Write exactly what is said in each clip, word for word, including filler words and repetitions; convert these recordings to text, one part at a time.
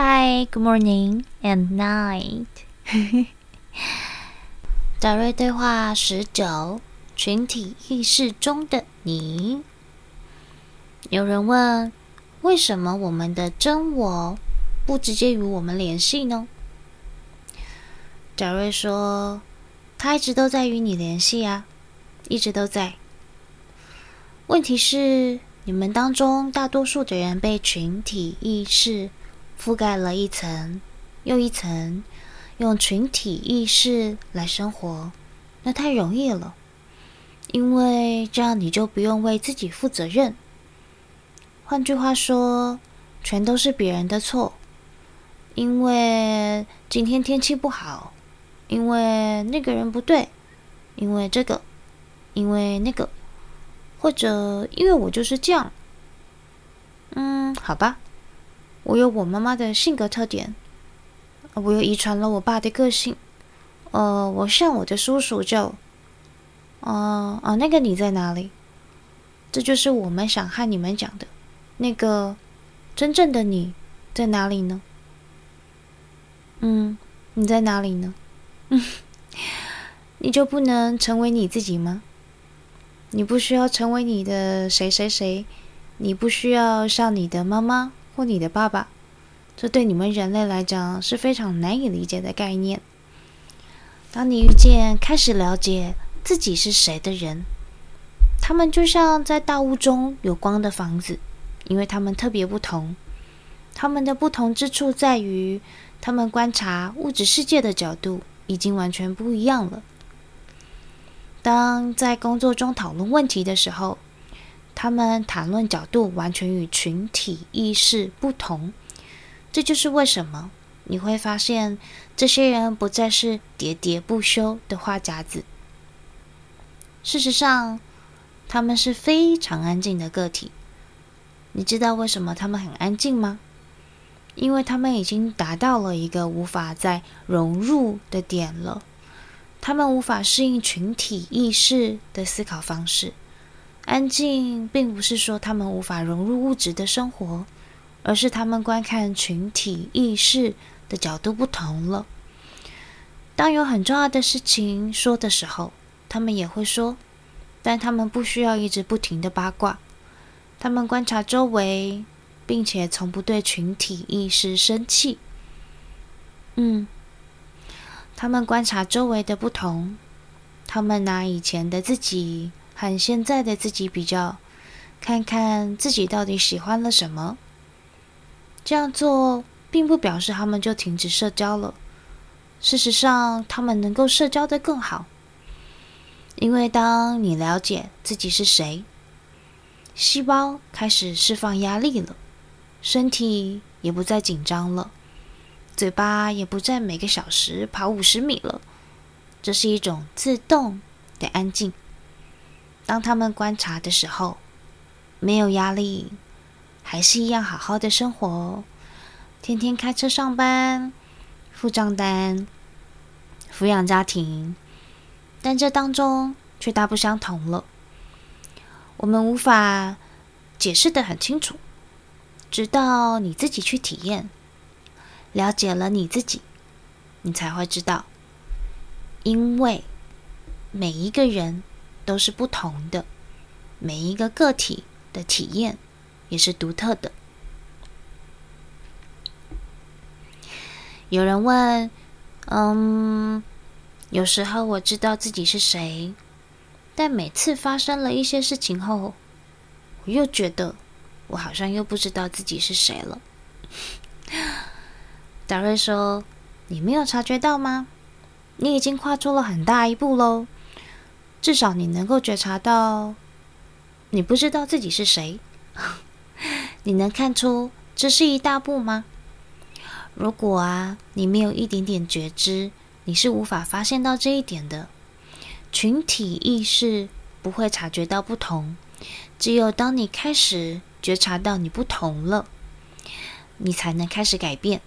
Hi, good morning and night 达瑞对话十九，群体意识中的你。有人问，为什么我们的真我不直接与我们联系呢？达瑞说，他一直都在与你联系啊，一直都在。问题是，你们当中大多数的人被群体意识覆盖了一层又一层，用群体意识来生活，那太容易了，因为这样你就不用为自己负责任。换句话说，全都是别人的错，因为今天天气不好，因为那个人不对，因为这个，因为那个，或者因为我就是这样。嗯，好吧，我有我妈妈的性格特点，我又遗传了我爸的个性，呃，我像我的叔叔就，呃啊，那个你在哪里？这就是我们想和你们讲的，那个真正的你在哪里呢？嗯，你在哪里呢？嗯，你就不能成为你自己吗？你不需要成为你的谁谁谁，你不需要像你的妈妈或你的爸爸，这对你们人类来讲是非常难以理解的概念。当你遇见开始了解自己是谁的人，他们就像在大雾中有光的房子，因为他们特别不同。他们的不同之处在于，他们观察物质世界的角度已经完全不一样了。当在工作中讨论问题的时候，他们谈论角度完全与群体意识不同。这就是为什么你会发现这些人不再是喋喋不休的话匣子。事实上，他们是非常安静的个体。你知道为什么他们很安静吗？因为他们已经达到了一个无法再融入的点了。他们无法适应群体意识的思考方式。安静并不是说他们无法融入物质的生活，而是他们观看群体意识的角度不同了。当有很重要的事情说的时候，他们也会说，但他们不需要一直不停的八卦。他们观察周围，并且从不对群体意识生气。嗯，他们观察周围的不同，他们拿以前的自己和现在的自己比较，看看自己到底喜欢了什么。这样做并不表示他们就停止社交了。事实上，他们能够社交得更好。因为当你了解自己是谁，细胞开始释放压力了，身体也不再紧张了，嘴巴也不再每个小时跑五十米了。这是一种自动的安静。当他们观察的时候，没有压力，还是一样好好的生活，天天开车上班，付账单，抚养家庭，但这当中却大不相同了。我们无法解释得很清楚，直到你自己去体验，了解了你自己，你才会知道。因为每一个人都是不同的，每一个个体的体验也是独特的。有人问，嗯，有时候我知道自己是谁，但每次发生了一些事情后，我又觉得我好像又不知道自己是谁了。达瑞说，你没有察觉到吗？你已经跨出了很大一步咯，至少你能够觉察到你不知道自己是谁。你能看出这是一大步吗？如果啊，你没有一点点觉知，你是无法发现到这一点的。群体意识不会察觉到不同，只有当你开始觉察到你不同了，你才能开始改变。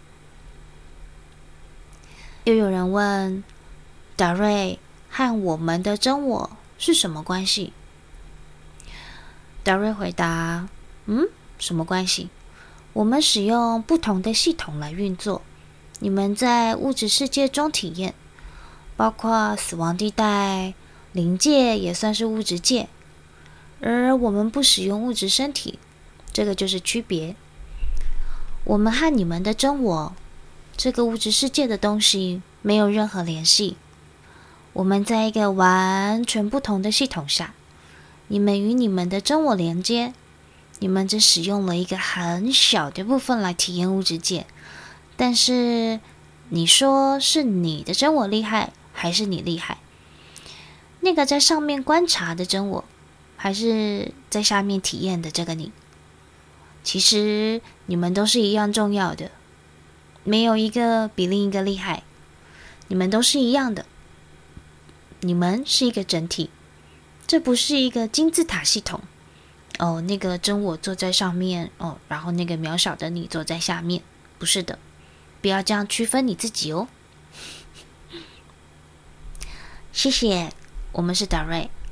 又有人问，达瑞和我们的真我是什么关系？达瑞回答，嗯，什么关系？ 我们使用不同的系统来运作。你们在物质世界中体验，包括死亡地带、灵界也算是物质界，而我们不使用物质身体，这个就是区别。我们和你们的真我，这个物质世界的东西没有任何联系。我们在一个完全不同的系统下，你们与你们的真我连接，你们只使用了一个很小的部分来体验物质界。但是你说是你的真我厉害，还是你厉害？那个在上面观察的真我，还是在下面体验的这个你？其实你们都是一样重要的，没有一个比另一个厉害，你们都是一样的，你们是一个整体。这不是一个金字塔系统哦，那个真我坐在上面哦，然后那个渺小的你坐在下面，不是的，不要这样区分你自己哦。谢谢，我们是达瑞。